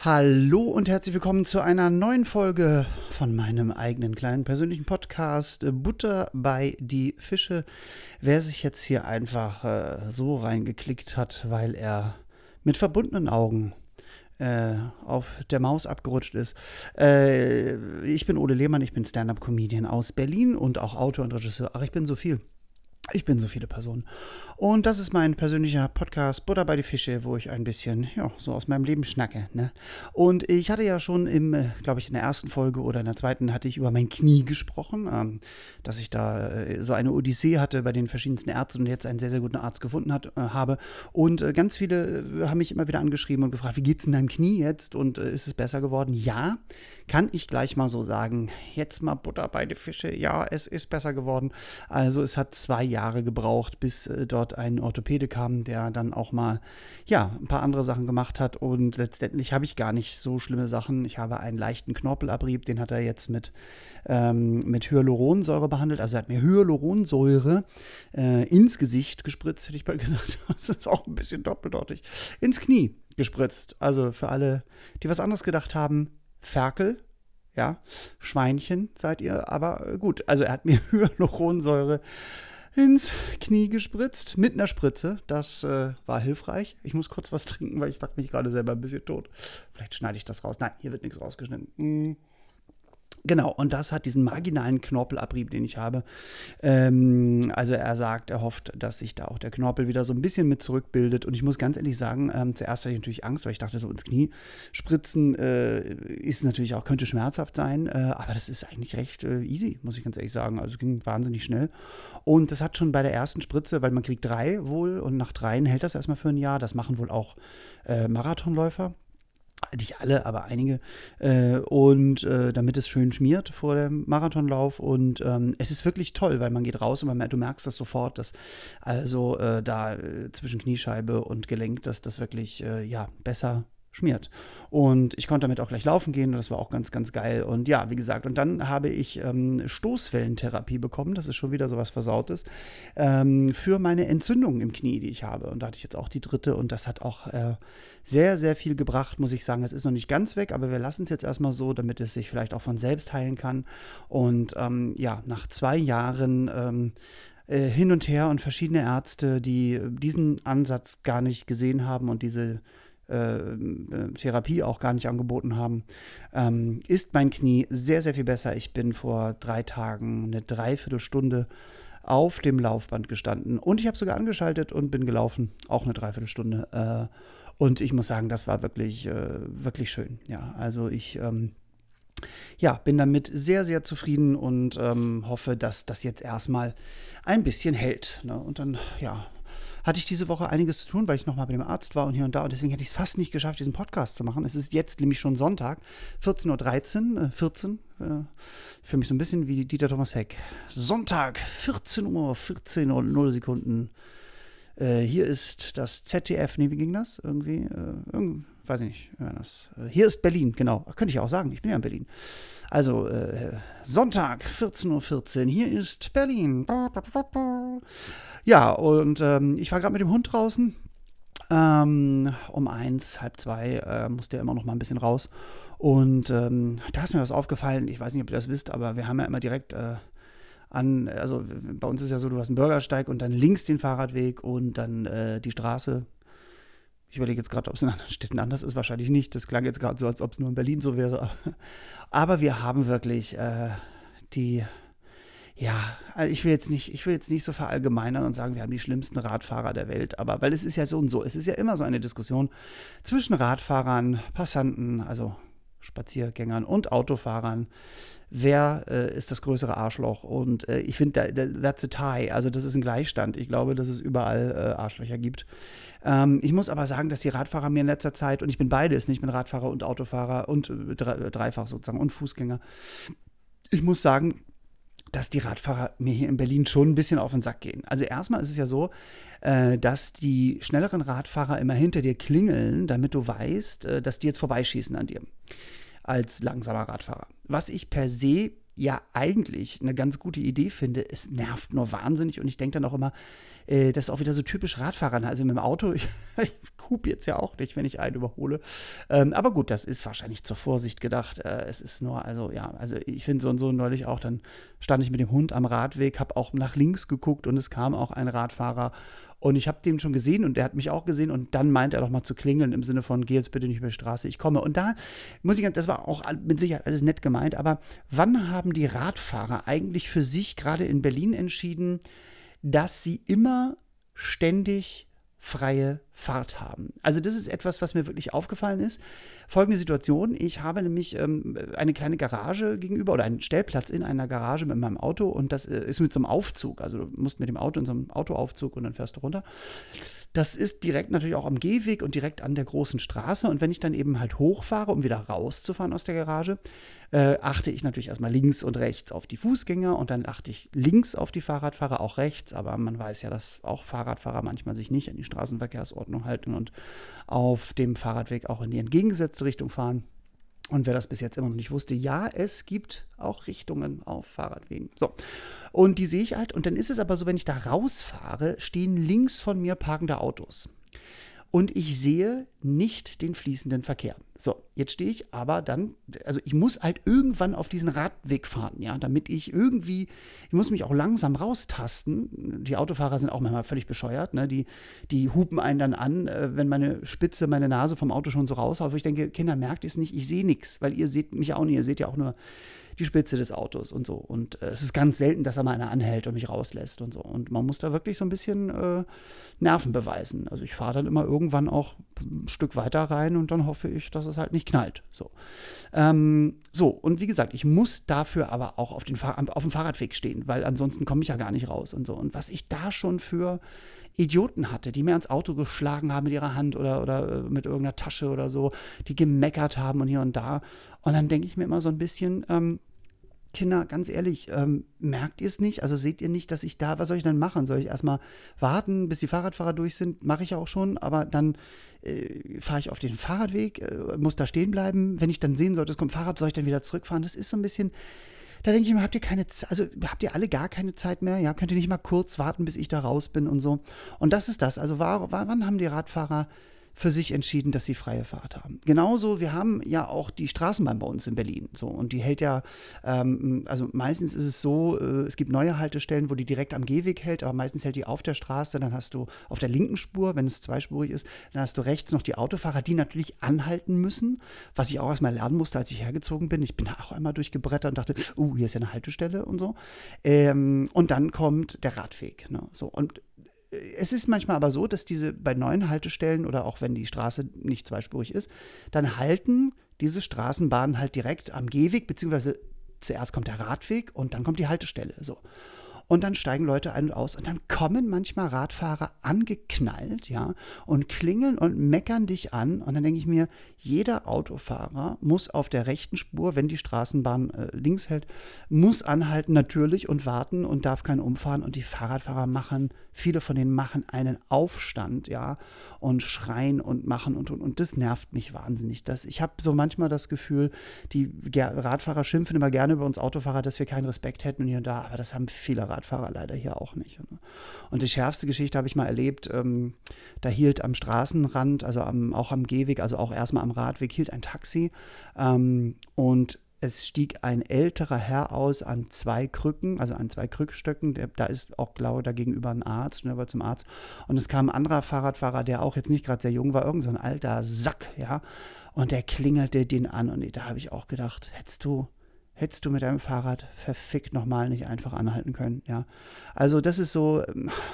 Hallo und herzlich willkommen zu einer neuen Folge von meinem eigenen kleinen persönlichen Podcast Butter bei die Fische. Wer sich jetzt hier einfach so reingeklickt hat, weil er mit verbundenen Augen auf der Maus abgerutscht ist. Ich bin Ole Lehmann, ich bin Stand-Up-Comedian aus Berlin und auch Autor und Regisseur. Ach, ich bin so viel. Ich bin so viele Personen. Und das ist mein persönlicher Podcast Butter bei die Fische, wo ich ein bisschen, ja, so aus meinem Leben schnacke, ne? Und ich hatte ja schon glaube ich, in der ersten Folge oder in der zweiten hatte ich über mein Knie gesprochen, dass ich da so eine Odyssee hatte bei den verschiedensten Ärzten und jetzt einen sehr, sehr guten Arzt gefunden habe. Und ganz viele haben mich immer wieder angeschrieben und gefragt, wie geht's in deinem Knie jetzt und ist es besser geworden? Ja, kann ich gleich mal so sagen. Jetzt mal Butter bei die Fische. Ja, es ist besser geworden. Also es hat 2 Jahre gebraucht, bis dort ein Orthopäde kam, der dann auch mal, ja, ein paar andere Sachen gemacht hat. Und letztendlich habe ich gar nicht so schlimme Sachen. Ich habe einen leichten Knorpelabrieb, den hat er jetzt mit Hyaluronsäure behandelt. Also er hat mir Hyaluronsäure ins Gesicht gespritzt, hätte ich mal gesagt. Das ist auch ein bisschen doppeldeutig. Ins Knie gespritzt. Also für alle, die was anderes gedacht haben, Ferkel, ja, Schweinchen seid ihr, aber gut, also er hat mir Hyaluronsäure ins Knie gespritzt, mit einer Spritze, das war hilfreich. Ich muss kurz was trinken, weil ich dachte mich gerade selber ein bisschen tot. Vielleicht schneide ich das raus. Nein, hier wird nichts rausgeschnitten. Genau, und das hat diesen marginalen Knorpelabrieb, den ich habe. Also er sagt, er hofft, dass sich da auch der Knorpel wieder so ein bisschen mit zurückbildet. Und ich muss ganz ehrlich sagen, zuerst hatte ich natürlich Angst, weil ich dachte, so ins Knie spritzen ist natürlich auch, könnte schmerzhaft sein. Aber das ist eigentlich recht easy, muss ich ganz ehrlich sagen. Also es ging wahnsinnig schnell. Und das hat schon bei der ersten Spritze, weil man kriegt 3 wohl und nach 3 hält das erstmal für ein Jahr. Das machen wohl auch Marathonläufer. Nicht alle, aber einige. Damit es schön schmiert vor dem Marathonlauf. Und es ist wirklich toll, weil man geht raus und du merkst das sofort, dass also da zwischen Kniescheibe und Gelenk, dass das wirklich besser schmiert. Und ich konnte damit auch gleich laufen gehen und das war auch ganz, ganz geil. Und ja, wie gesagt, und dann habe ich Stoßwellentherapie bekommen, das ist schon wieder sowas Versautes, für meine Entzündung im Knie, die ich habe. Und da hatte ich jetzt auch die 3. und das hat auch sehr, sehr viel gebracht, muss ich sagen. Es ist noch nicht ganz weg, aber wir lassen es jetzt erstmal so, damit es sich vielleicht auch von selbst heilen kann. Und nach 2 Jahren hin und her und verschiedene Ärzte, die diesen Ansatz gar nicht gesehen haben und diese Therapie auch gar nicht angeboten haben, ist mein Knie sehr, sehr viel besser. Ich bin vor 3 Tagen eine Dreiviertelstunde auf dem Laufband gestanden und ich habe sogar angeschaltet und bin gelaufen, auch eine Dreiviertelstunde. Und ich muss sagen, das war wirklich, wirklich schön. Ja, also ich bin damit sehr, sehr zufrieden und hoffe, dass das jetzt erstmal ein bisschen hält. Ne? Und dann, hatte ich diese Woche einiges zu tun, weil ich nochmal bei dem Arzt war und hier und da. Und deswegen hätte ich es fast nicht geschafft, diesen Podcast zu machen. Es ist jetzt nämlich schon Sonntag, 14:13 Uhr, 14. Für mich so ein bisschen wie Dieter Thomas Heck. Sonntag, 14 Uhr, 14 Uhr, 0 Sekunden. Hier ist das ZDF, nee, wie ging das? Irgendwie, weiß ich nicht. Hier ist Berlin, genau. Könnte ich auch sagen, ich bin ja in Berlin. Also, Sonntag, 14:14 Uhr, hier ist Berlin. Ja, und ich war gerade mit dem Hund draußen. Um 1, halb 2 musste er immer noch mal ein bisschen raus. Und da ist mir was aufgefallen. Ich weiß nicht, ob ihr das wisst, aber wir haben ja immer direkt also bei uns ist ja so, du hast einen Bürgersteig und dann links den Fahrradweg und dann die Straße. Ich überlege jetzt gerade, ob es in anderen Städten anders ist. Wahrscheinlich nicht. Das klang jetzt gerade so, als ob es nur in Berlin so wäre. Aber wir haben wirklich ich will jetzt nicht so verallgemeinern und sagen, wir haben die schlimmsten Radfahrer der Welt, aber weil es ist ja so und so, es ist ja immer so eine Diskussion zwischen Radfahrern, Passanten, also Spaziergängern und Autofahrern, wer ist das größere Arschloch? Und ich finde, that's a tie, also das ist ein Gleichstand. Ich glaube, dass es überall Arschlöcher gibt. Ich muss aber sagen, dass die Radfahrer mir in letzter Zeit, und ich bin beides, ich bin Radfahrer und Autofahrer und dreifach sozusagen und Fußgänger. Ich muss sagen, dass die Radfahrer mir hier in Berlin schon ein bisschen auf den Sack gehen. Also erstmal ist es ja so, dass die schnelleren Radfahrer immer hinter dir klingeln, damit du weißt, dass die jetzt vorbeischießen an dir als langsamer Radfahrer. Was ich per se ja eigentlich eine ganz gute Idee finde. Es nervt nur wahnsinnig und ich denke dann auch immer, das ist auch wieder so typisch Radfahrern. Also mit dem Auto, ich hupe jetzt ja auch nicht, wenn ich einen überhole. Aber gut, das ist wahrscheinlich zur Vorsicht gedacht. Es ist nur, also ja, also ich finde so und so neulich auch, dann stand ich mit dem Hund am Radweg, habe auch nach links geguckt und es kam auch ein Radfahrer. Und ich habe den schon gesehen und der hat mich auch gesehen und dann meint er doch mal zu klingeln im Sinne von, geh jetzt bitte nicht über die Straße, ich komme. Und da muss ich, das war auch mit Sicherheit alles nett gemeint, aber wann haben die Radfahrer eigentlich für sich gerade in Berlin entschieden, dass sie immer ständig freie Fahrt haben? Also das ist etwas, was mir wirklich aufgefallen ist. Folgende Situation: Ich habe nämlich eine kleine Garage gegenüber oder einen Stellplatz in einer Garage mit meinem Auto und das ist mit so einem Aufzug. Also du musst mit dem Auto in so einem Autoaufzug und dann fährst du runter. Das ist direkt natürlich auch am Gehweg und direkt an der großen Straße. Und wenn ich dann eben halt hochfahre, um wieder rauszufahren aus der Garage, achte ich natürlich erstmal links und rechts auf die Fußgänger und dann achte ich links auf die Fahrradfahrer, auch rechts. Aber man weiß ja, dass auch Fahrradfahrer manchmal sich nicht an die Straßenverkehrsordnung halten und auf dem Fahrradweg auch in die entgegengesetzte Richtung fahren. Und wer das bis jetzt immer noch nicht wusste, ja, es gibt auch Richtungen auf Fahrradwegen. So, und die sehe ich halt. Und dann ist es aber so, wenn ich da rausfahre, stehen links von mir parkende Autos. Und ich sehe nicht den fließenden Verkehr. So, jetzt stehe ich aber dann, also ich muss halt irgendwann auf diesen Radweg fahren, ja, damit ich irgendwie, ich muss mich auch langsam raustasten. Die Autofahrer sind auch manchmal völlig bescheuert, ne? Die hupen einen dann an, wenn meine Nase vom Auto schon so raushaut. Wo ich denke, Kinder, merkt ihr es nicht, ich sehe nichts, weil ihr seht mich auch nicht, ihr seht ja auch nur die Spitze des Autos und so. Und es ist ganz selten, dass da mal einer anhält und mich rauslässt und so. Und man muss da wirklich so ein bisschen Nerven beweisen. Also ich fahre dann immer irgendwann auch ein Stück weiter rein und dann hoffe ich, dass es halt nicht knallt. So, und wie gesagt, ich muss dafür aber auch auf dem Fahrradweg stehen, weil ansonsten komme ich ja gar nicht raus und so. Und was ich da schon für Idioten hatte, die mir ans Auto geschlagen haben mit ihrer Hand oder mit irgendeiner Tasche oder so, die gemeckert haben und hier und da. Und dann denke ich mir immer so ein bisschen, Kinder, ganz ehrlich, merkt ihr es nicht? Also seht ihr nicht, dass ich da, was soll ich denn machen? Soll ich erstmal warten, bis die Fahrradfahrer durch sind? Mache ich ja auch schon, aber dann fahre ich auf den Fahrradweg, muss da stehen bleiben. Wenn ich dann sehen sollte, es kommt Fahrrad, soll ich dann wieder zurückfahren? Das ist so ein bisschen, da denke ich mir, habt ihr alle gar keine Zeit mehr? Ja, könnt ihr nicht mal kurz warten, bis ich da raus bin und so? Und das ist das. Also wann haben die Radfahrer für sich entschieden, dass sie freie Fahrt haben? Genauso, wir haben ja auch die Straßenbahn bei uns in Berlin. So, und die hält ja, also meistens ist es so, es gibt neue Haltestellen, wo die direkt am Gehweg hält, aber meistens hält die auf der Straße. Dann hast du auf der linken Spur, wenn es zweispurig ist, dann hast du rechts noch die Autofahrer, die natürlich anhalten müssen, was ich auch erstmal lernen musste, als ich hergezogen bin. Ich bin da auch einmal durchgebrettert und dachte, hier ist ja eine Haltestelle und so. Und dann kommt der Radweg. Ne? So, und es ist manchmal aber so, dass bei neuen Haltestellen oder auch wenn die Straße nicht zweispurig ist, dann halten diese Straßenbahnen halt direkt am Gehweg, beziehungsweise zuerst kommt der Radweg und dann kommt die Haltestelle. So. Und dann steigen Leute ein und aus und dann kommen manchmal Radfahrer angeknallt, ja, und klingeln und meckern dich an. Und dann denke ich mir, jeder Autofahrer muss auf der rechten Spur, wenn die Straßenbahn links hält, muss anhalten natürlich und warten und darf kein Umfahren. Und die Fahrradfahrer viele von denen machen einen Aufstand, ja, und schreien und machen und das nervt mich wahnsinnig. Ich habe so manchmal das Gefühl, die Radfahrer schimpfen immer gerne über uns Autofahrer, dass wir keinen Respekt hätten und hier und da, aber das haben viele Radfahrer leider hier auch nicht. Und die schärfste Geschichte habe ich mal erlebt, da hielt am Straßenrand, also auch am Gehweg, also auch erstmal am Radweg, hielt ein Taxi und es stieg ein älterer Herr aus an 2 Krücken, also an 2 Krückstöcken. Da ist auch, glaube ich, da gegenüber ein Arzt, und er war zum Arzt. Und es kam ein anderer Fahrradfahrer, der auch jetzt nicht gerade sehr jung war, irgend so ein alter Sack, ja. Und der klingelte den an. Und da habe ich auch gedacht, hättest du mit deinem Fahrrad verfickt nochmal nicht einfach anhalten können, ja. Also das ist so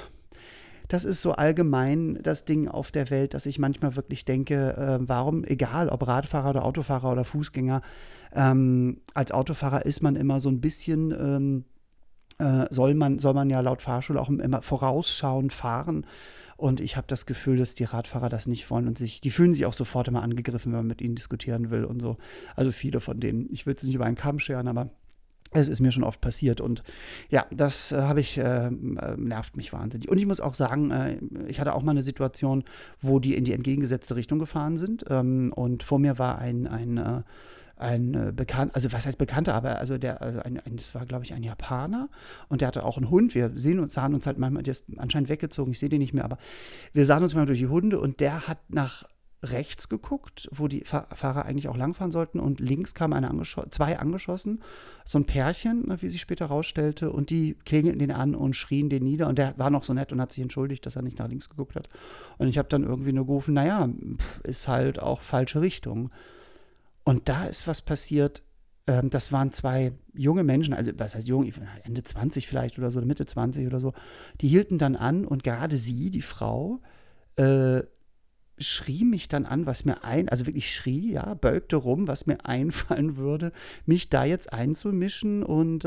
allgemein das Ding auf der Welt, dass ich manchmal wirklich denke, warum, egal ob Radfahrer oder Autofahrer oder Fußgänger, als Autofahrer ist man immer so ein bisschen, soll man ja laut Fahrschule auch immer vorausschauend fahren. Und ich habe das Gefühl, dass die Radfahrer das nicht wollen und die fühlen sich auch sofort immer angegriffen, wenn man mit ihnen diskutieren will und so. Also viele von denen. Ich will es nicht über einen Kamm scheren, aber es ist mir schon oft passiert und ja, das nervt mich wahnsinnig. Und ich muss auch sagen, ich hatte auch mal eine Situation, wo die in die entgegengesetzte Richtung gefahren sind und vor mir war ein ein Bekannter, also was heißt Bekannter, aber also das war, glaube ich, ein Japaner und der hatte auch einen Hund. Wir sahen uns halt manchmal, der ist anscheinend weggezogen, ich sehe den nicht mehr, aber wir sahen uns mal durch die Hunde und der hat nach rechts geguckt, wo die Fahrer eigentlich auch langfahren sollten und links kamen zwei angeschossen, so ein Pärchen, wie sich später rausstellte, und die klingelten den an und schrien den nieder und der war noch so nett und hat sich entschuldigt, dass er nicht nach links geguckt hat und ich habe dann irgendwie nur gerufen, naja, ist halt auch falsche Richtung und da ist was passiert, das waren zwei junge Menschen, also was heißt jung, Ende 20 vielleicht oder so, Mitte 20 oder so, die hielten dann an und gerade sie, die Frau, schrie mich dann an, also wirklich schrie, ja, beugte rum, was mir einfallen würde, mich da jetzt einzumischen und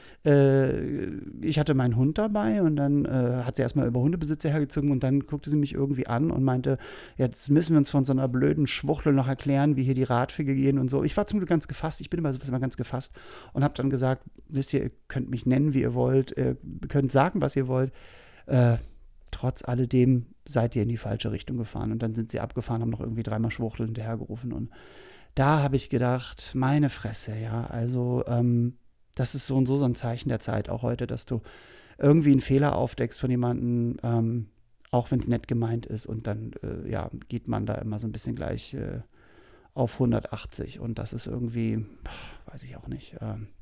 ich hatte meinen Hund dabei und dann hat sie erstmal über Hundebesitzer hergezogen und dann guckte sie mich irgendwie an und meinte, jetzt müssen wir uns von so einer blöden Schwuchtel noch erklären, wie hier die Radwege gehen und so. Ich war zum Glück ganz gefasst, ich bin immer sowas immer ganz gefasst und habe dann gesagt, wisst ihr könnt mich nennen, wie ihr wollt, ihr könnt sagen, was ihr wollt, trotz alledem seid ihr in die falsche Richtung gefahren. Und dann sind sie abgefahren, haben noch irgendwie 3-mal Schwuchtel hinterhergerufen. Und da habe ich gedacht, meine Fresse, ja, also das ist so und so ein Zeichen der Zeit auch heute, dass du irgendwie einen Fehler aufdeckst von jemandem, auch wenn es nett gemeint ist. Und dann, geht man da immer so ein bisschen gleich auf 180. Und das ist irgendwie, weiß ich auch nicht,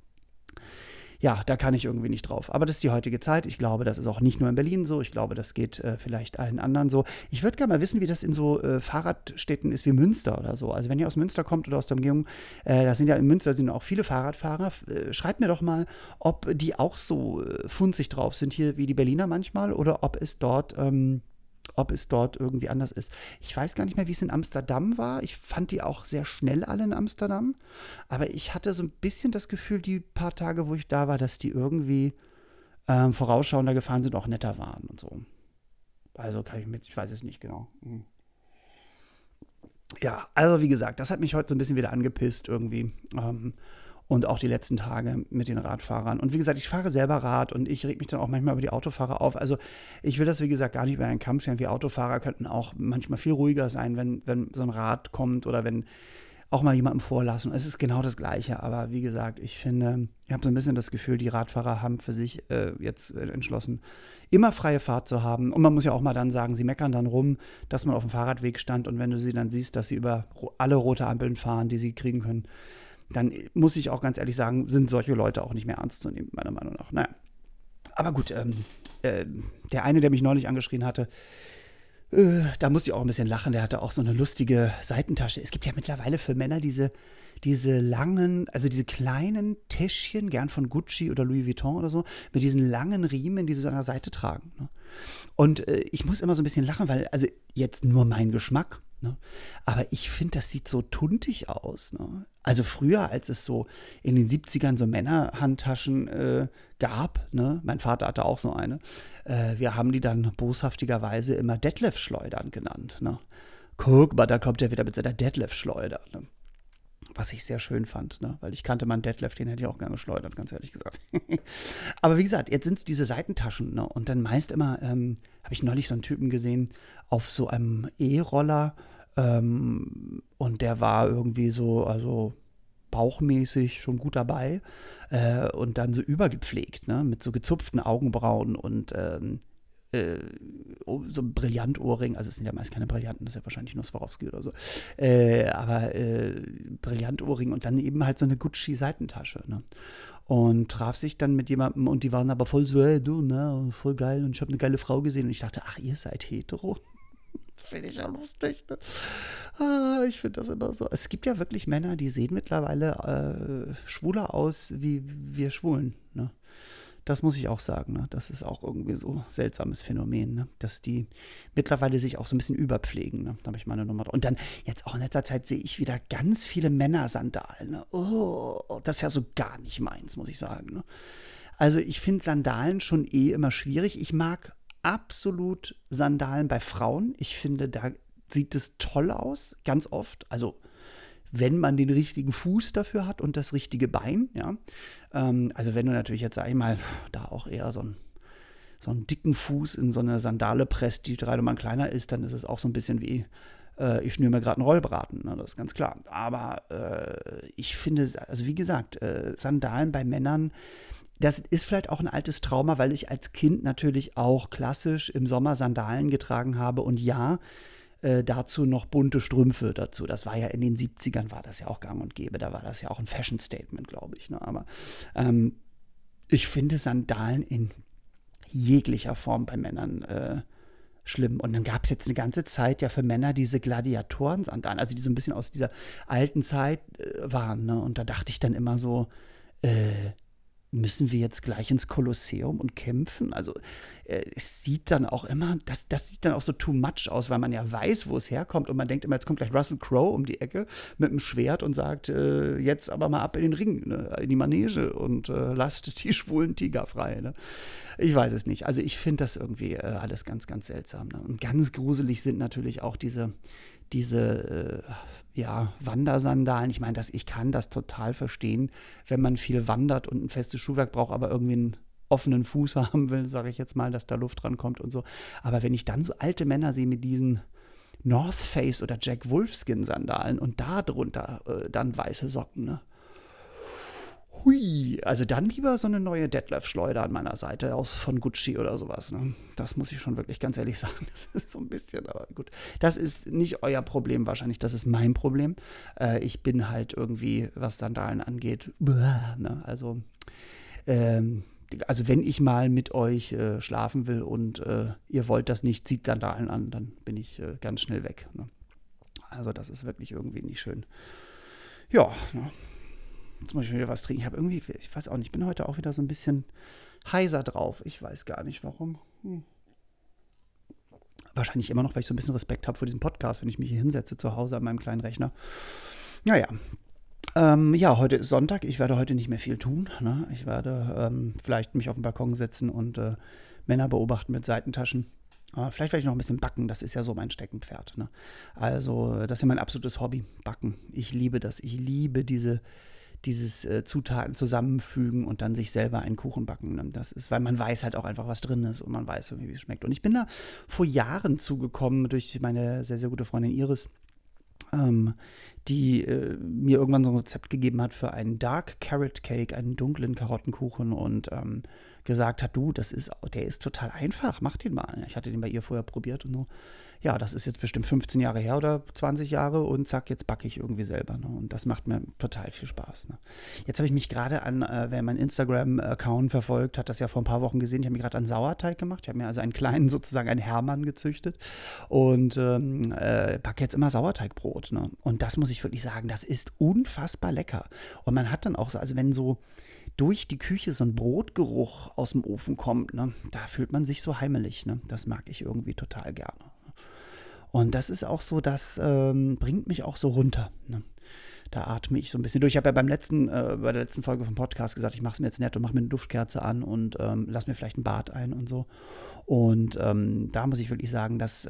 ja, da kann ich irgendwie nicht drauf. Aber das ist die heutige Zeit. Ich glaube, das ist auch nicht nur in Berlin so. Ich glaube, das geht vielleicht allen anderen so. Ich würde gerne mal wissen, wie das in so Fahrradstädten ist wie Münster oder so. Also wenn ihr aus Münster kommt oder aus der Umgebung, da sind ja in Münster sind auch viele Fahrradfahrer. Schreibt mir doch mal, ob die auch so funzig drauf sind hier wie die Berliner manchmal oder ob es dort irgendwie anders ist. Ich weiß gar nicht mehr, wie es in Amsterdam war. Ich fand die auch sehr schnell alle in Amsterdam. Aber ich hatte so ein bisschen das Gefühl, die paar Tage, wo ich da war, dass die irgendwie vorausschauender gefahren sind, auch netter waren und so. Also ich weiß es nicht genau. Ja, also wie gesagt, das hat mich heute so ein bisschen wieder angepisst irgendwie. Und auch die letzten Tage mit den Radfahrern. Und wie gesagt, ich fahre selber Rad und ich reg mich dann auch manchmal über die Autofahrer auf. Also ich will das, wie gesagt, gar nicht über einen Kamm scheren. Wir Autofahrer könnten auch manchmal viel ruhiger sein, wenn so ein Rad kommt oder wenn auch mal jemandem vorlassen. Es ist genau das Gleiche. Aber wie gesagt, ich finde, ich habe so ein bisschen das Gefühl, die Radfahrer haben für sich jetzt entschlossen, immer freie Fahrt zu haben. Und man muss ja auch mal dann sagen, sie meckern dann rum, dass man auf dem Fahrradweg stand und wenn du sie dann siehst, dass sie über alle rote Ampeln fahren, die sie kriegen können, dann muss ich auch ganz ehrlich sagen, sind solche Leute auch nicht mehr ernst zu nehmen, meiner Meinung nach. Naja. Aber gut, der eine, der mich neulich angeschrien hatte, da musste ich auch ein bisschen lachen, der hatte auch so eine lustige Seitentasche. Es gibt ja mittlerweile für Männer diese langen, also diese kleinen Täschchen, gern von Gucci oder Louis Vuitton oder so, mit diesen langen Riemen, die sie so an der Seite tragen. Ne? Und ich muss immer so ein bisschen lachen, weil, also jetzt nur mein Geschmack, ne? Aber ich finde, das sieht so tuntig aus. Ne? Also früher, als es so in den 70ern so Männerhandtaschen gab, ne? Mein Vater hatte auch so eine, wir haben die dann boshaftigerweise immer Detlef-Schleudern genannt. Ne? Guck mal, da kommt er wieder mit seiner Detlef-Schleuder. Ne? Was ich sehr schön fand, ne? Weil ich kannte meinen Detlef, den hätte ich auch gerne geschleudert, ganz ehrlich gesagt. Aber wie gesagt, jetzt sind es diese Seitentaschen, ne? Und dann meist immer, habe ich neulich so einen Typen gesehen auf so einem E-Roller und der war irgendwie so, also bauchmäßig schon gut dabei und dann so übergepflegt, ne? Mit so gezupften Augenbrauen und so ein Brillantohrring, also es sind ja meist keine Brillanten, das ist ja wahrscheinlich nur Swarovski oder so, aber Brillantohrring und dann eben halt so eine Gucci-Seitentasche, ne? Und traf sich dann mit jemandem und die waren aber voll so, hey, du, ne, voll geil und ich habe eine geile Frau gesehen und ich dachte, ach, ihr seid hetero? Finde ich ja lustig, ne? Ich finde das immer so. Es gibt ja wirklich Männer, die sehen mittlerweile schwuler aus wie wir Schwulen, ne? Das muss ich auch sagen, ne? Das ist auch irgendwie so ein seltsames Phänomen, ne? Dass die mittlerweile sich auch so ein bisschen überpflegen, ne? Da habe ich meine Nummer drauf. Und dann jetzt auch in letzter Zeit sehe ich wieder ganz viele Männersandalen, ne? Oh, das ist ja so gar nicht meins, muss ich sagen, ne? Also ich finde Sandalen schon immer schwierig. Ich mag absolut Sandalen bei Frauen. Ich finde, da sieht es toll aus, ganz oft. Also wenn man den richtigen Fuß dafür hat und das richtige Bein, ja. Also wenn du natürlich jetzt, sag ich mal, da auch eher so einen dicken Fuß in so eine Sandale presst, die 3 Nummern kleiner ist, dann ist es auch so ein bisschen wie Ich schnüre mir gerade einen Rollbraten, ne, das ist ganz klar. Aber ich finde, also wie gesagt, Sandalen bei Männern, das ist vielleicht auch ein altes Trauma, weil ich als Kind natürlich auch klassisch im Sommer Sandalen getragen habe und ja, dazu noch bunte Strümpfe dazu. Das war ja in den 70ern war das ja auch gang und gäbe. Da war das ja auch ein Fashion-Statement, glaube ich. Ne? Aber ich finde Sandalen in jeglicher Form bei Männern schlimm. Und dann gab es jetzt eine ganze Zeit ja für Männer diese Gladiatoren-Sandalen, also die so ein bisschen aus dieser alten Zeit waren. Ne? Und da dachte ich dann immer so, müssen wir jetzt gleich ins Kolosseum und kämpfen? Also es sieht dann auch immer, das sieht dann auch so too much aus, weil man ja weiß, wo es herkommt und man denkt immer, jetzt kommt gleich Russell Crowe um die Ecke mit einem Schwert und sagt, jetzt aber mal ab in den Ring, ne, in die Manege und lasst die schwulen Tiger frei. Ne? Ich weiß es nicht. Also ich finde das irgendwie alles ganz, ganz seltsam. Ne? Und ganz gruselig sind natürlich auch diese Wandersandalen. Ich meine, ich kann das total verstehen, wenn man viel wandert und ein festes Schuhwerk braucht, aber irgendwie einen offenen Fuß haben will, sage ich jetzt mal, dass da Luft rankommt und so. Aber wenn ich dann so alte Männer sehe mit diesen North Face oder Jack Wolfskin Sandalen und da drunter dann weiße Socken, ne? Hui, also dann lieber so eine neue Detlef-Schleuder an meiner Seite von Gucci oder sowas. Ne? Das muss ich schon wirklich ganz ehrlich sagen. Das ist so ein bisschen, aber gut. Das ist nicht euer Problem wahrscheinlich, das ist mein Problem. Ich bin halt irgendwie, was Sandalen angeht, ne? Also wenn ich mal mit euch schlafen will und ihr wollt das nicht, zieht Sandalen an, dann bin ich ganz schnell weg. Ne? Also das ist wirklich irgendwie nicht schön. Ja, ne? Jetzt muss ich wieder was trinken. Ich weiß auch nicht, ich bin heute auch wieder so ein bisschen heiser drauf. Ich weiß gar nicht, warum. Wahrscheinlich immer noch, weil ich so ein bisschen Respekt habe vor diesem Podcast, wenn ich mich hier hinsetze zu Hause an meinem kleinen Rechner. Naja. Ja, heute ist Sonntag. Ich werde heute nicht mehr viel tun. Ne? Ich werde vielleicht mich auf den Balkon setzen und Männer beobachten mit Seitentaschen. Vielleicht werde ich noch ein bisschen backen, das ist ja so mein Steckenpferd. Ne? Also, das ist ja mein absolutes Hobby, Backen. Ich liebe das. Ich liebe dieses Zutaten zusammenfügen und dann sich selber einen Kuchen backen. Ne? Das ist, weil man weiß halt auch einfach, was drin ist und man weiß irgendwie, wie es schmeckt. Und ich bin da vor Jahren zugekommen durch meine sehr, sehr gute Freundin Iris, die mir irgendwann so ein Rezept gegeben hat für einen Dark Carrot Cake, einen dunklen Karottenkuchen und gesagt hat, du, der ist total einfach, mach den mal. Ich hatte den bei ihr vorher probiert und so. Ja, das ist jetzt bestimmt 15 Jahre her oder 20 Jahre und zack, jetzt backe ich irgendwie selber. Ne? Und das macht mir total viel Spaß. Ne? Jetzt habe ich mich gerade wer meinen Instagram-Account verfolgt, hat das ja vor ein paar Wochen gesehen, ich habe mich gerade an Sauerteig gemacht. Ich habe mir also einen kleinen, sozusagen einen Hermann gezüchtet und backe jetzt immer Sauerteigbrot. Ne? Und das muss ich wirklich sagen, das ist unfassbar lecker. Und man hat dann auch so, also wenn so durch die Küche so ein Brotgeruch aus dem Ofen kommt, ne, da fühlt man sich so heimelig. Ne? Das mag ich irgendwie total gerne. Und das ist auch so, das bringt mich auch so runter. Ne? Da atme ich so ein bisschen durch. Ich habe ja bei der letzten Folge vom Podcast gesagt, ich mache es mir jetzt nett und mache mir eine Duftkerze an und lass mir vielleicht ein Bad ein und so. Und da muss ich wirklich sagen, das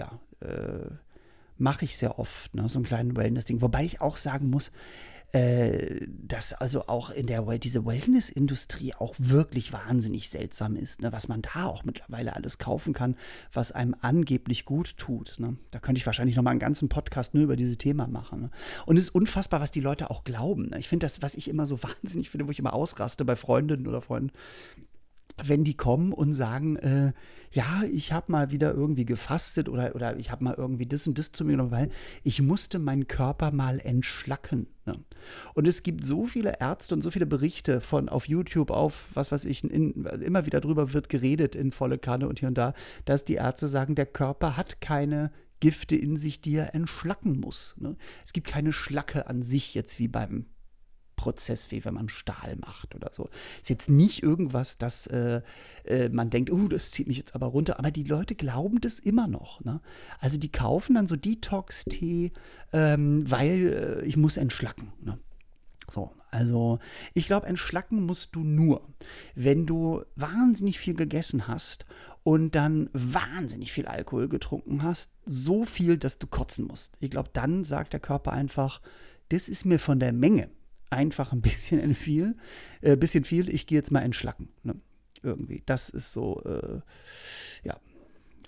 mache ich sehr oft, ne? So ein kleines Wellness-Ding. Wobei ich auch sagen muss, dass also auch diese Wellness-Industrie auch wirklich wahnsinnig seltsam ist, ne? Was man da auch mittlerweile alles kaufen kann, was einem angeblich gut tut. Ne? Da könnte ich wahrscheinlich noch mal einen ganzen Podcast nur über dieses Thema machen. Ne? Und es ist unfassbar, was die Leute auch glauben. Ne? Ich finde das, was ich immer so wahnsinnig finde, wo ich immer ausraste bei Freundinnen oder Freunden, wenn die kommen und sagen, ja, ich habe mal wieder irgendwie gefastet oder ich habe mal irgendwie das und das zu mir genommen, weil ich musste meinen Körper mal entschlacken. Ne? Und es gibt so viele Ärzte und so viele Berichte auf YouTube, auf was weiß ich, immer wieder drüber wird geredet in volle Kanne und hier und da, dass die Ärzte sagen, der Körper hat keine Gifte in sich, die er entschlacken muss. Ne? Es gibt keine Schlacke an sich jetzt wie beim Prozess, wie wenn man Stahl macht oder so. Ist jetzt nicht irgendwas, dass man denkt, das zieht mich jetzt aber runter, aber die Leute glauben das immer noch. Ne? Also die kaufen dann so Detox-Tee, weil ich muss entschlacken. Ne? So, also ich glaube, entschlacken musst du nur, wenn du wahnsinnig viel gegessen hast und dann wahnsinnig viel Alkohol getrunken hast, so viel, dass du kotzen musst. Ich glaube, dann sagt der Körper einfach, das ist mir von der Menge einfach ein bisschen viel, ich gehe jetzt mal entschlacken. Ne? Irgendwie. Das ist so, ja.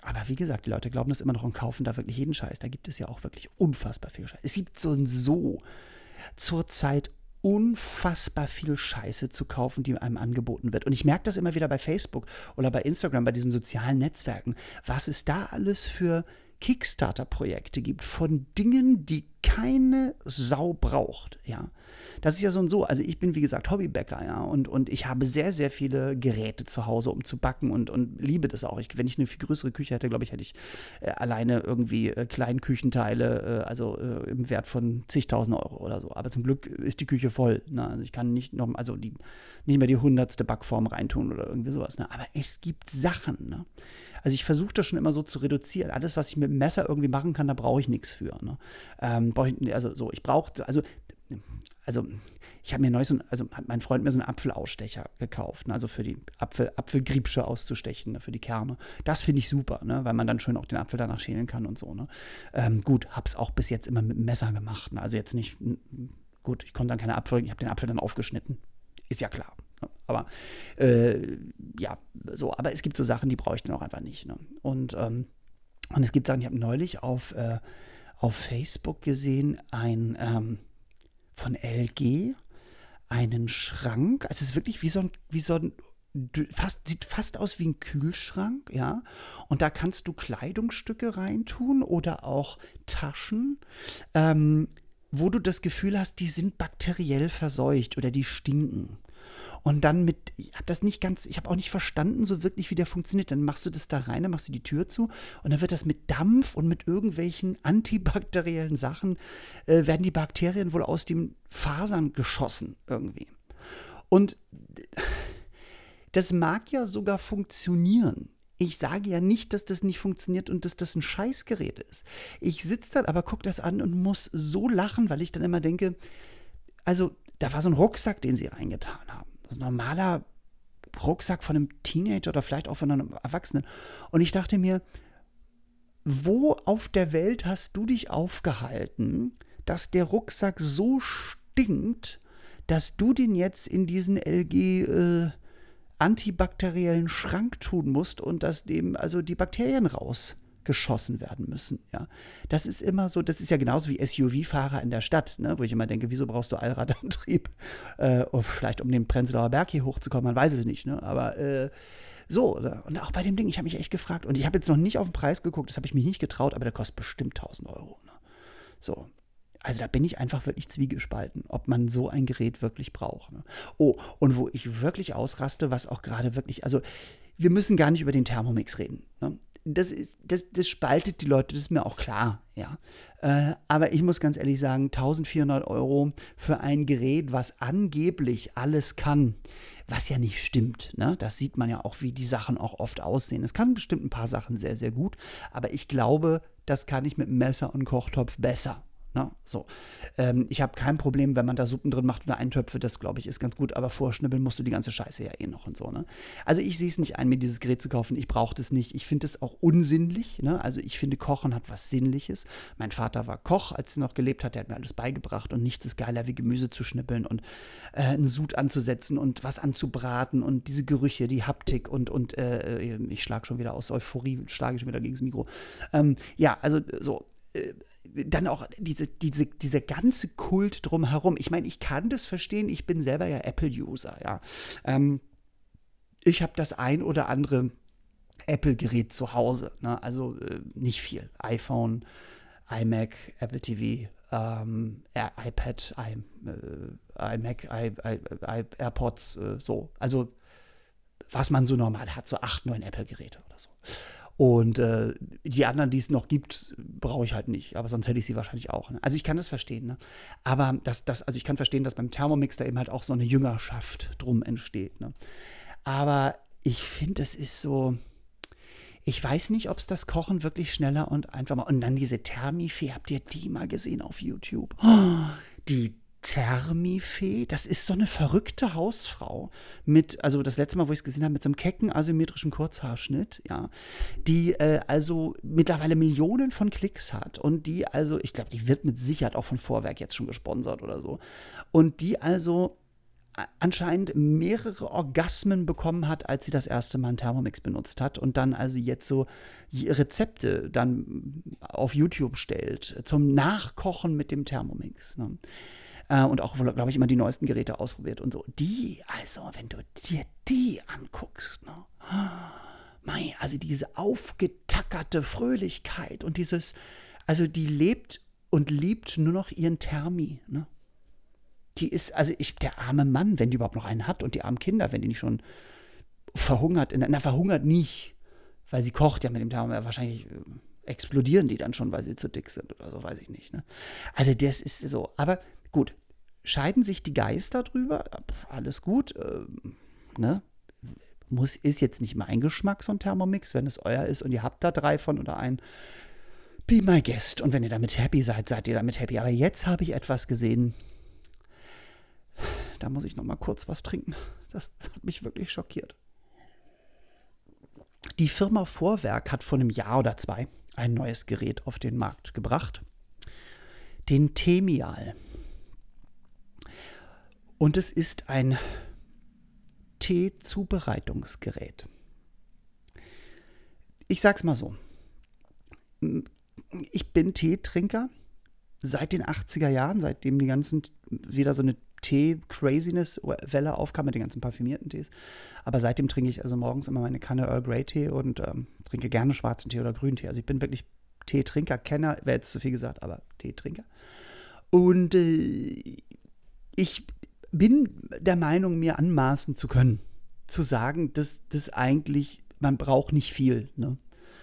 Aber wie gesagt, die Leute glauben das immer noch und kaufen da wirklich jeden Scheiß. Da gibt es ja auch wirklich unfassbar viel Scheiß. Es gibt so zurzeit unfassbar viel Scheiße zu kaufen, die einem angeboten wird. Und ich merke das immer wieder bei Facebook oder bei Instagram, bei diesen sozialen Netzwerken, was es da alles für Kickstarter-Projekte gibt von Dingen, die keine Sau braucht, ja. Das ist ja so und so. Also ich bin, wie gesagt, Hobbybäcker, ja, und ich habe sehr, sehr viele Geräte zu Hause, um zu backen und liebe das auch. Wenn ich eine viel größere Küche hätte, glaube ich, hätte ich alleine irgendwie Kleinküchenteile, im Wert von zigtausend Euro oder so. Aber zum Glück ist die Küche voll, ne? Also ich kann nicht noch, nicht mehr die 100. Backform reintun oder irgendwie sowas, ne? Aber es gibt Sachen, ne? Also ich versuche das schon immer so zu reduzieren. Alles, was ich mit dem Messer irgendwie machen kann, da brauche ich nichts für, ne? Ich habe mir neulich hat mein Freund mir so einen Apfelausstecher gekauft, ne? Also für die Apfelgriebsche auszustechen, ne? Für die Kerne. Das finde ich super, ne? Weil man dann schön auch den Apfel danach schälen kann und so, ne? Gut, habe es auch bis jetzt immer mit dem Messer gemacht, ne? Also jetzt nicht, gut, ich konnte dann keine Apfel, ich habe den Apfel dann aufgeschnitten. Ist ja klar. Ne? Aber aber es gibt so Sachen, die brauche ich dann auch einfach nicht, ne? Und es gibt Sachen, ich habe neulich auf Facebook gesehen, von LG, einen Schrank. Also es ist wirklich wie so ein sieht fast aus wie ein Kühlschrank, ja. Und da kannst du Kleidungsstücke reintun oder auch Taschen, wo du das Gefühl hast, die sind bakteriell verseucht oder die stinken. Und dann ich habe auch nicht verstanden so wirklich, wie der funktioniert. Dann machst du das da rein, dann machst du die Tür zu und dann wird das mit Dampf und mit irgendwelchen antibakteriellen Sachen, werden die Bakterien wohl aus den Fasern geschossen irgendwie. Und das mag ja sogar funktionieren. Ich sage ja nicht, dass das nicht funktioniert und dass das ein Scheißgerät ist. Ich sitze dann aber, gucke das an und muss so lachen, weil ich dann immer denke, also da war so ein Rucksack, den sie reingetan haben. Das ist ein normaler Rucksack von einem Teenager oder vielleicht auch von einem Erwachsenen. Und ich dachte mir, wo auf der Welt hast du dich aufgehalten, dass der Rucksack so stinkt, dass du den jetzt in diesen LG antibakteriellen Schrank tun musst und dass dem also die Bakterien rausgeschossen werden müssen, ja. Das ist immer so, das ist ja genauso wie SUV-Fahrer in der Stadt, ne, wo ich immer denke, wieso brauchst du Allradantrieb? Vielleicht um den Prenzlauer Berg hier hochzukommen, man weiß es nicht, ne, aber so, und auch bei dem Ding, ich habe mich echt gefragt und ich habe jetzt noch nicht auf den Preis geguckt, das habe ich mich nicht getraut, aber der kostet bestimmt 1.000 Euro, ne? So. Also da bin ich einfach wirklich zwiegespalten, ob man so ein Gerät wirklich braucht, ne? Oh, und wo ich wirklich ausraste, was auch gerade wirklich, also wir müssen gar nicht über den Thermomix reden, ne? Das spaltet die Leute, das ist mir auch klar, ja. Aber ich muss ganz ehrlich sagen, 1.400 Euro für ein Gerät, was angeblich alles kann, was ja nicht stimmt, ne? Das sieht man ja auch, wie die Sachen auch oft aussehen. Es kann bestimmt ein paar Sachen sehr, sehr gut, aber ich glaube, das kann ich mit Messer und Kochtopf besser. Ne? So. Ich habe kein Problem, wenn man da Suppen drin macht oder Eintöpfe, das glaube ich ist ganz gut, aber vorschnibbeln musst du die ganze Scheiße ja eh noch und so. Ne? Also ich sehe es nicht ein, mir dieses Gerät zu kaufen, ich brauche das nicht. Ich finde es auch unsinnlich, ne? Also ich finde, Kochen hat was Sinnliches. Mein Vater war Koch, als er noch gelebt hat, der hat mir alles beigebracht und nichts ist geiler, wie Gemüse zu schnippeln und einen Sud anzusetzen und was anzubraten und diese Gerüche, die Haptik und ich schlage schon wieder aus Euphorie, schlage ich schon wieder gegen das Mikro. Dann auch diese ganze Kult drumherum. Ich meine, ich kann das verstehen, ich bin selber ja Apple-User, ja. Ich habe das ein oder andere Apple-Gerät zu Hause, ne? Also nicht viel. iPhone, iMac, Apple TV, iPad, iMac, AirPods, so. Also was man so normal hat, so 8, 9 Apple-Geräte oder so. Und die anderen, die es noch gibt, brauche ich halt nicht. Aber sonst hätte ich sie wahrscheinlich auch. Ne? Also ich kann das verstehen. Ne? Aber ich kann verstehen, dass beim Thermomix da eben halt auch so eine Jüngerschaft drum entsteht. Ne? Aber ich finde, es ist so, ich weiß nicht, ob es das Kochen wirklich schneller und einfach mal. Und dann diese Thermifee, habt ihr die mal gesehen auf YouTube? Oh, die Thermifee, das ist so eine verrückte Hausfrau also das letzte Mal, wo ich es gesehen habe, mit so einem kecken asymmetrischen Kurzhaarschnitt, ja, die also mittlerweile Millionen von Klicks hat und die also, ich glaube, die wird mit Sicherheit auch von Vorwerk jetzt schon gesponsert oder so und die also anscheinend mehrere Orgasmen bekommen hat, als sie das erste Mal einen Thermomix benutzt hat und dann also jetzt so Rezepte dann auf YouTube stellt zum Nachkochen mit dem Thermomix. Ne? Und auch, glaube ich, immer die neuesten Geräte ausprobiert und so. Die, also, wenn du dir die anguckst, ne? Also diese aufgetackerte Fröhlichkeit und dieses, also die lebt und liebt nur noch ihren Thermi, ne? Die ist, also der arme Mann, wenn die überhaupt noch einen hat und die armen Kinder, wenn die nicht schon verhungert, verhungert nicht, weil sie kocht ja mit dem Thermi, wahrscheinlich explodieren die dann schon, weil sie zu dick sind oder so, weiß ich nicht, ne? Also das ist so, aber gut, scheiden sich die Geister drüber, alles gut, ne? Ist jetzt nicht mein Geschmack, so ein Thermomix, wenn es euer ist und ihr habt da 3 von oder einen, be my guest. Und wenn ihr damit happy seid, seid ihr damit happy. Aber jetzt habe ich etwas gesehen, da muss ich noch mal kurz was trinken. Das hat mich wirklich schockiert. Die Firma Vorwerk hat vor einem Jahr oder 2 ein neues Gerät auf den Markt gebracht. Den Temial. Und es ist ein Teezubereitungsgerät. Ich sag's mal so. Ich bin Teetrinker seit den 80er Jahren, seitdem die ganzen wieder so eine Tee-Craziness-Welle aufkam mit den ganzen parfümierten Tees. Aber seitdem trinke ich also morgens immer meine Kanne Earl Grey Tee und trinke gerne schwarzen Tee oder grünen Tee. Also ich bin wirklich Teetrinker, Kenner, wäre jetzt zu viel gesagt, aber Teetrinker. Und ich bin der Meinung, mir anmaßen zu können, zu sagen, dass das eigentlich, man braucht nicht viel, ne,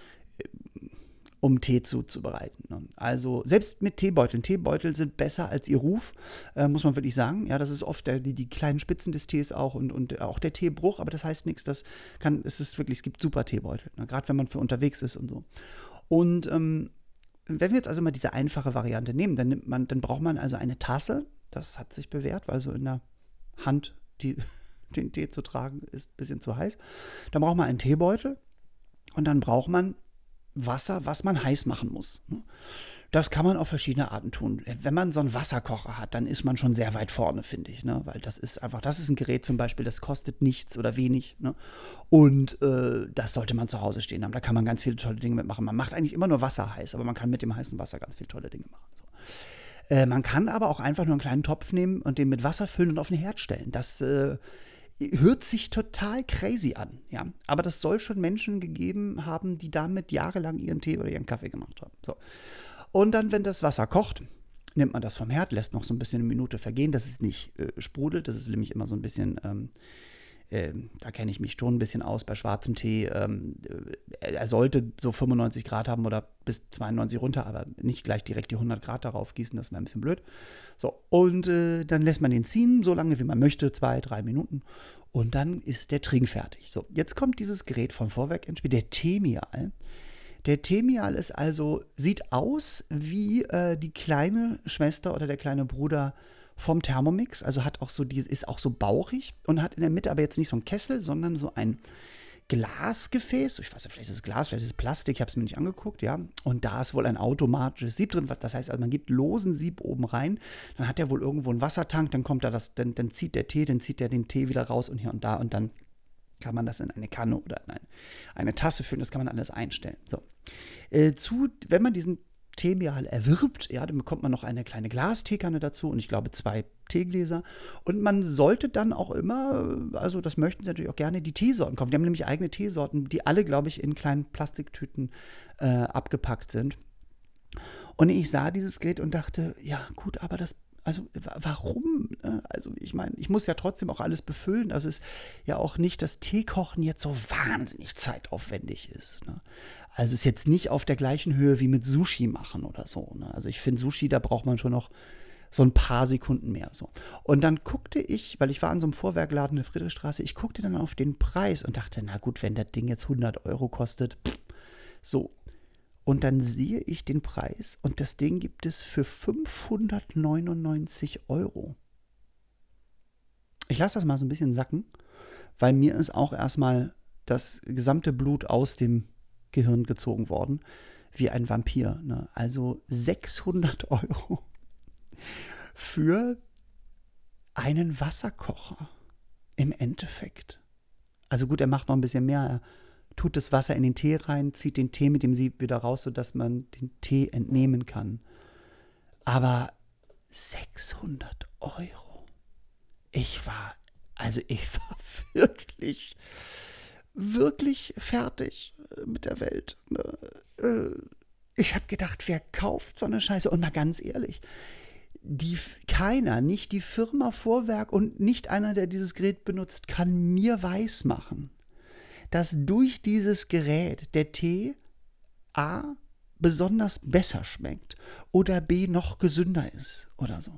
um Tee zuzubereiten. Ne. Also selbst mit Teebeuteln. Teebeutel sind besser als ihr Ruf, muss man wirklich sagen. Ja, das ist oft die kleinen Spitzen des Tees auch und auch der Teebruch, aber das heißt nichts, es gibt super Teebeutel, ne, gerade wenn man für unterwegs ist und so. Und wenn wir jetzt also mal diese einfache Variante nehmen, dann braucht man also eine Tasse. Das hat sich bewährt, weil so in der Hand den Tee zu tragen ist ein bisschen zu heiß. Dann braucht man einen Teebeutel und dann braucht man Wasser, was man heiß machen muss. Das kann man auf verschiedene Arten tun. Wenn man so einen Wasserkocher hat, dann ist man schon sehr weit vorne, finde ich. Ne? Weil das ist ein Gerät zum Beispiel, das kostet nichts oder wenig. Ne? Und das sollte man zu Hause stehen haben. Da kann man ganz viele tolle Dinge mitmachen. Man macht eigentlich immer nur Wasser heiß, aber man kann mit dem heißen Wasser ganz viele tolle Dinge machen. So. Man kann aber auch einfach nur einen kleinen Topf nehmen und den mit Wasser füllen und auf den Herd stellen. Das hört sich total crazy an, ja. Aber das soll schon Menschen gegeben haben, die damit jahrelang ihren Tee oder ihren Kaffee gemacht haben. So. Und dann, wenn das Wasser kocht, nimmt man das vom Herd, lässt noch so ein bisschen eine Minute vergehen, dass es nicht sprudelt. Das ist nämlich immer so ein bisschen da kenne ich mich schon ein bisschen aus bei schwarzem Tee. Er sollte so 95 Grad haben oder bis 92 runter, aber nicht gleich direkt die 100 Grad darauf gießen, das wäre ein bisschen blöd. So, und dann lässt man den ziehen, so lange wie man möchte, 2-3 Minuten. Und dann ist der Trink fertig. So, jetzt kommt dieses Gerät von Vorwerk ins Spiel, der Temial. Der Temial sieht aus wie die kleine Schwester oder der kleine Bruder vom Thermomix, also ist auch so bauchig und hat in der Mitte aber jetzt nicht so einen Kessel, sondern so ein Glasgefäß. Ich weiß ja, vielleicht ist es Glas, vielleicht ist es Plastik, ich habe es mir nicht angeguckt, ja. Und da ist wohl ein automatisches Sieb drin, das heißt, also man gibt losen Sieb oben rein, dann hat er wohl irgendwo einen Wassertank, dann kommt da dann zieht der Tee, dann zieht er den Tee wieder raus und hier und da und dann kann man das in eine Kanne oder in eine Tasse füllen, das kann man alles einstellen. So. Wenn man diesen Temial erwirbt, ja, dann bekommt man noch eine kleine Glasteekanne dazu und ich glaube 2 Teegläser. Und man sollte dann auch immer, also das möchten sie natürlich auch gerne, die Teesorten kaufen. Die haben nämlich eigene Teesorten, die alle, glaube ich, in kleinen Plastiktüten abgepackt sind. Und ich sah dieses Gerät und dachte, ja gut, aber warum? Also ich meine, ich muss ja trotzdem auch alles befüllen. Also es ist ja auch nicht, dass Teekochen jetzt so wahnsinnig zeitaufwendig ist. Ne? Also ist jetzt nicht auf der gleichen Höhe wie mit Sushi machen oder so. Ne? Also ich finde Sushi, da braucht man schon noch so ein paar Sekunden mehr. So. Und dann guckte ich, weil ich war an so einem Vorwerkladen in der Friedrichstraße, ich guckte dann auf den Preis und dachte, na gut, wenn das Ding jetzt 100 Euro kostet, so. Und dann sehe ich den Preis und das Ding gibt es für 599 Euro. Ich lasse das mal so ein bisschen sacken, weil mir ist auch erstmal das gesamte Blut aus dem Gehirn gezogen worden, wie ein Vampir. Ne? Also 600 Euro für einen Wasserkocher im Endeffekt. Also gut, er macht noch ein bisschen mehr. Er tut das Wasser in den Tee rein, zieht den Tee mit dem Sieb wieder raus, sodass man den Tee entnehmen kann. Aber 600 Euro. Ich war wirklich, wirklich fertig mit der Welt. Ich habe gedacht, wer kauft so eine Scheiße? Und mal ganz ehrlich, keiner, nicht die Firma Vorwerk und nicht einer, der dieses Gerät benutzt, kann mir weismachen, dass durch dieses Gerät der Tee A besonders besser schmeckt oder B noch gesünder ist oder so.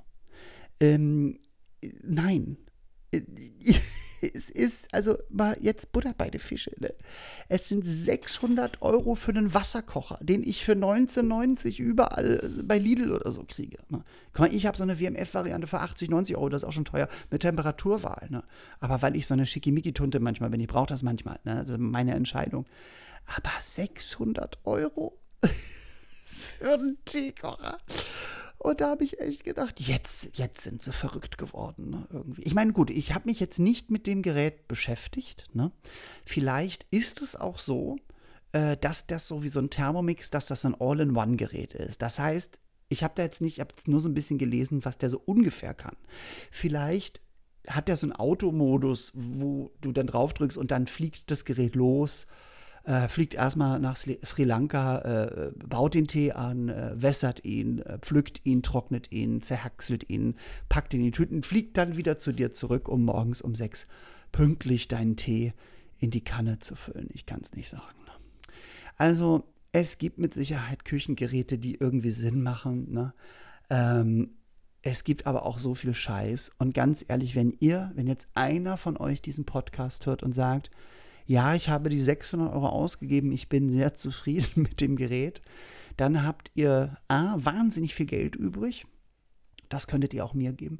Nein. Es ist, also mal jetzt Butter bei den Fische. Ne? Es sind 600 Euro für einen Wasserkocher, den ich für 19,90 überall bei Lidl oder so kriege. Ne? Guck mal, ich habe so eine WMF-Variante für 80, 90 Euro, das ist auch schon teuer, mit Temperaturwahl. Ne? Aber weil ich so eine Schickimicki-Tunte manchmal bin, ich brauche das manchmal, ne? Das ist meine Entscheidung. Aber 600 Euro für einen Teekocher. Und da habe ich echt gedacht, jetzt sind sie verrückt geworden. Ne, irgendwie. Ich meine, gut, ich habe mich jetzt nicht mit dem Gerät beschäftigt. Ne? Vielleicht ist es auch so, dass das so wie so ein Thermomix, dass das ein All-in-One-Gerät ist. Das heißt, ich habe jetzt nur so ein bisschen gelesen, was der so ungefähr kann. Vielleicht hat der so einen Automodus, wo du dann drauf drückst und dann fliegt das Gerät los. Fliegt erstmal nach Sri Lanka, baut den Tee an, wässert ihn, pflückt ihn, trocknet ihn, zerhackselt ihn, packt ihn in die Tüten, fliegt dann wieder zu dir zurück, um morgens um 6 pünktlich deinen Tee in die Kanne zu füllen. Ich kann es nicht sagen. Ne? Also es gibt mit Sicherheit Küchengeräte, die irgendwie Sinn machen. Ne? Es gibt aber auch so viel Scheiß. Und ganz ehrlich, wenn jetzt einer von euch diesen Podcast hört und sagt, ja, ich habe die 600 Euro ausgegeben, ich bin sehr zufrieden mit dem Gerät, dann habt ihr A, wahnsinnig viel Geld übrig, das könntet ihr auch mir geben,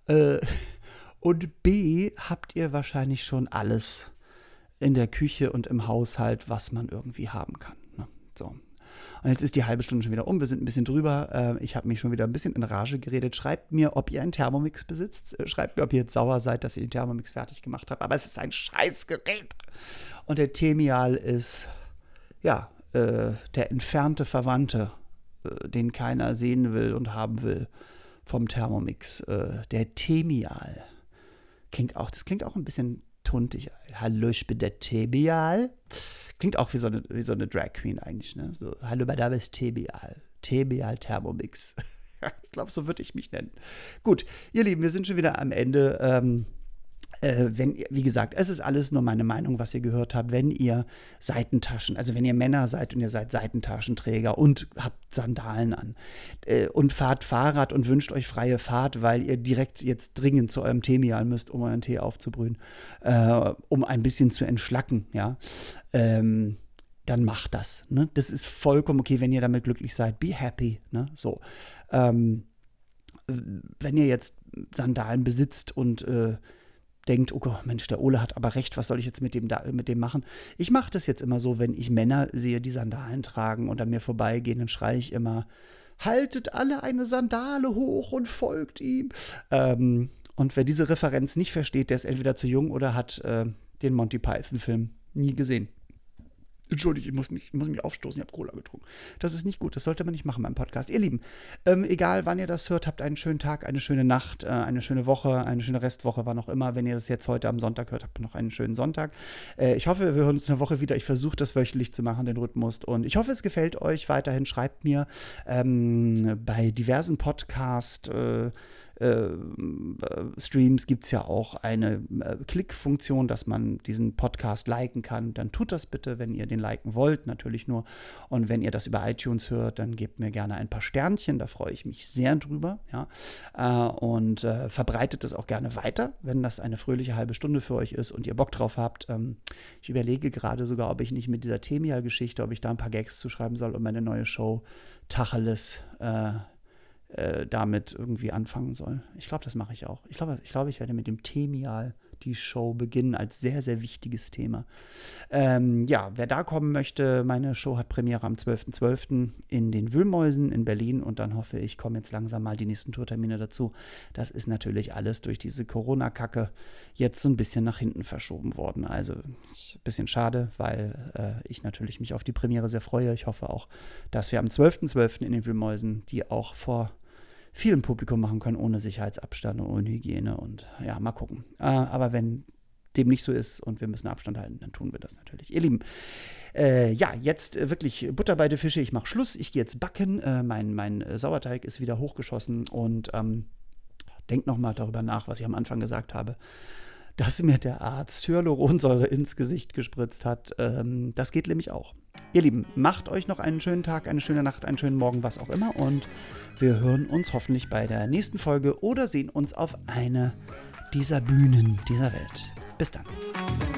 und B, habt ihr wahrscheinlich schon alles in der Küche und im Haushalt, was man irgendwie haben kann. Ne? So. Und jetzt ist die halbe Stunde schon wieder um. Wir sind ein bisschen drüber. Ich habe mich schon wieder ein bisschen in Rage geredet. Schreibt mir, ob ihr einen Thermomix besitzt. Schreibt mir, ob ihr jetzt sauer seid, dass ihr den Thermomix fertig gemacht habt. Aber es ist ein Scheißgerät. Und der Themial ist, ja, der entfernte Verwandte, den keiner sehen will und haben will vom Thermomix. Der Themial. Das klingt auch ein bisschen tuntig. Hallo, ich bin der Themial. Klingt auch wie so eine Drag Queen eigentlich, ne? So, hallo, mein Name ist Themial. Themial Thermomix. Ich glaube, so würde ich mich nennen. Gut, ihr Lieben, wir sind schon wieder am Ende. Wie gesagt, es ist alles nur meine Meinung, was ihr gehört habt. Wenn ihr also wenn ihr Männer seid und ihr seid Seitentaschenträger und habt Sandalen an und fahrt Fahrrad und wünscht euch freie Fahrt, weil ihr direkt jetzt dringend zu eurem Themial müsst, um euren Tee aufzubrühen, um ein bisschen zu entschlacken, ja, dann macht das. Ne? Das ist vollkommen okay, wenn ihr damit glücklich seid. Be happy, ne? So. Wenn ihr jetzt Sandalen besitzt und denkt, oh Gott, Mensch, der Ole hat aber recht, was soll ich jetzt mit dem machen? Ich mache das jetzt immer so, wenn ich Männer sehe, die Sandalen tragen und an mir vorbeigehen, dann schreie ich immer, haltet alle eine Sandale hoch und folgt ihm. Und wer diese Referenz nicht versteht, der ist entweder zu jung oder hat den Monty Python-Film nie gesehen. Entschuldigung, ich muss mich aufstoßen, ich habe Cola getrunken. Das ist nicht gut, das sollte man nicht machen beim Podcast. Ihr Lieben, egal wann ihr das hört, habt einen schönen Tag, eine schöne Nacht, eine schöne Woche, eine schöne Restwoche, wann auch immer. Wenn ihr das jetzt heute am Sonntag hört, habt ihr noch einen schönen Sonntag. Ich hoffe, wir hören uns eine Woche wieder. Ich versuche das wöchentlich zu machen, den Rhythmus. Und ich hoffe, es gefällt euch weiterhin. Schreibt mir bei diversen Podcasts Streams gibt es ja auch eine Klickfunktion, dass man diesen Podcast liken kann. Dann tut das bitte, wenn ihr den liken wollt, natürlich nur. Und wenn ihr das über iTunes hört, dann gebt mir gerne ein paar Sternchen, da freue ich mich sehr drüber. Ja? Und verbreitet es auch gerne weiter, wenn das eine fröhliche halbe Stunde für euch ist und ihr Bock drauf habt. Ich überlege gerade sogar, ob ich nicht mit dieser Themial-Geschichte, ob ich da ein paar Gags zuschreiben soll und meine neue Show Tacheles damit irgendwie anfangen soll. Ich glaube, das mache ich auch. Ich glaube, ich werde mit dem Themial die Show beginnen als sehr, sehr wichtiges Thema. Ja, wer da kommen möchte, meine Show hat Premiere am 12.12. in den Wühlmäusen in Berlin und dann hoffe ich, kommen jetzt langsam mal die nächsten Tourtermine dazu. Das ist natürlich alles durch diese Corona-Kacke jetzt so ein bisschen nach hinten verschoben worden. Also ein bisschen schade, weil ich natürlich mich auf die Premiere sehr freue. Ich hoffe auch, dass wir am 12.12. in den Wühlmäusen die auch vor vielem Publikum machen können, ohne Sicherheitsabstand und ohne Hygiene und ja, mal gucken. Aber wenn dem nicht so ist und wir müssen Abstand halten, dann tun wir das natürlich. Ihr Lieben, ja, jetzt wirklich Butter bei der Fische. Ich mache Schluss, ich gehe jetzt backen. Mein Sauerteig ist wieder hochgeschossen und denkt nochmal darüber nach, was ich am Anfang gesagt habe, dass mir der Arzt Hyaluronsäure ins Gesicht gespritzt hat. Das geht nämlich auch. Ihr Lieben, macht euch noch einen schönen Tag, eine schöne Nacht, einen schönen Morgen, was auch immer und wir hören uns hoffentlich bei der nächsten Folge oder sehen uns auf einer dieser Bühnen dieser Welt. Bis dann.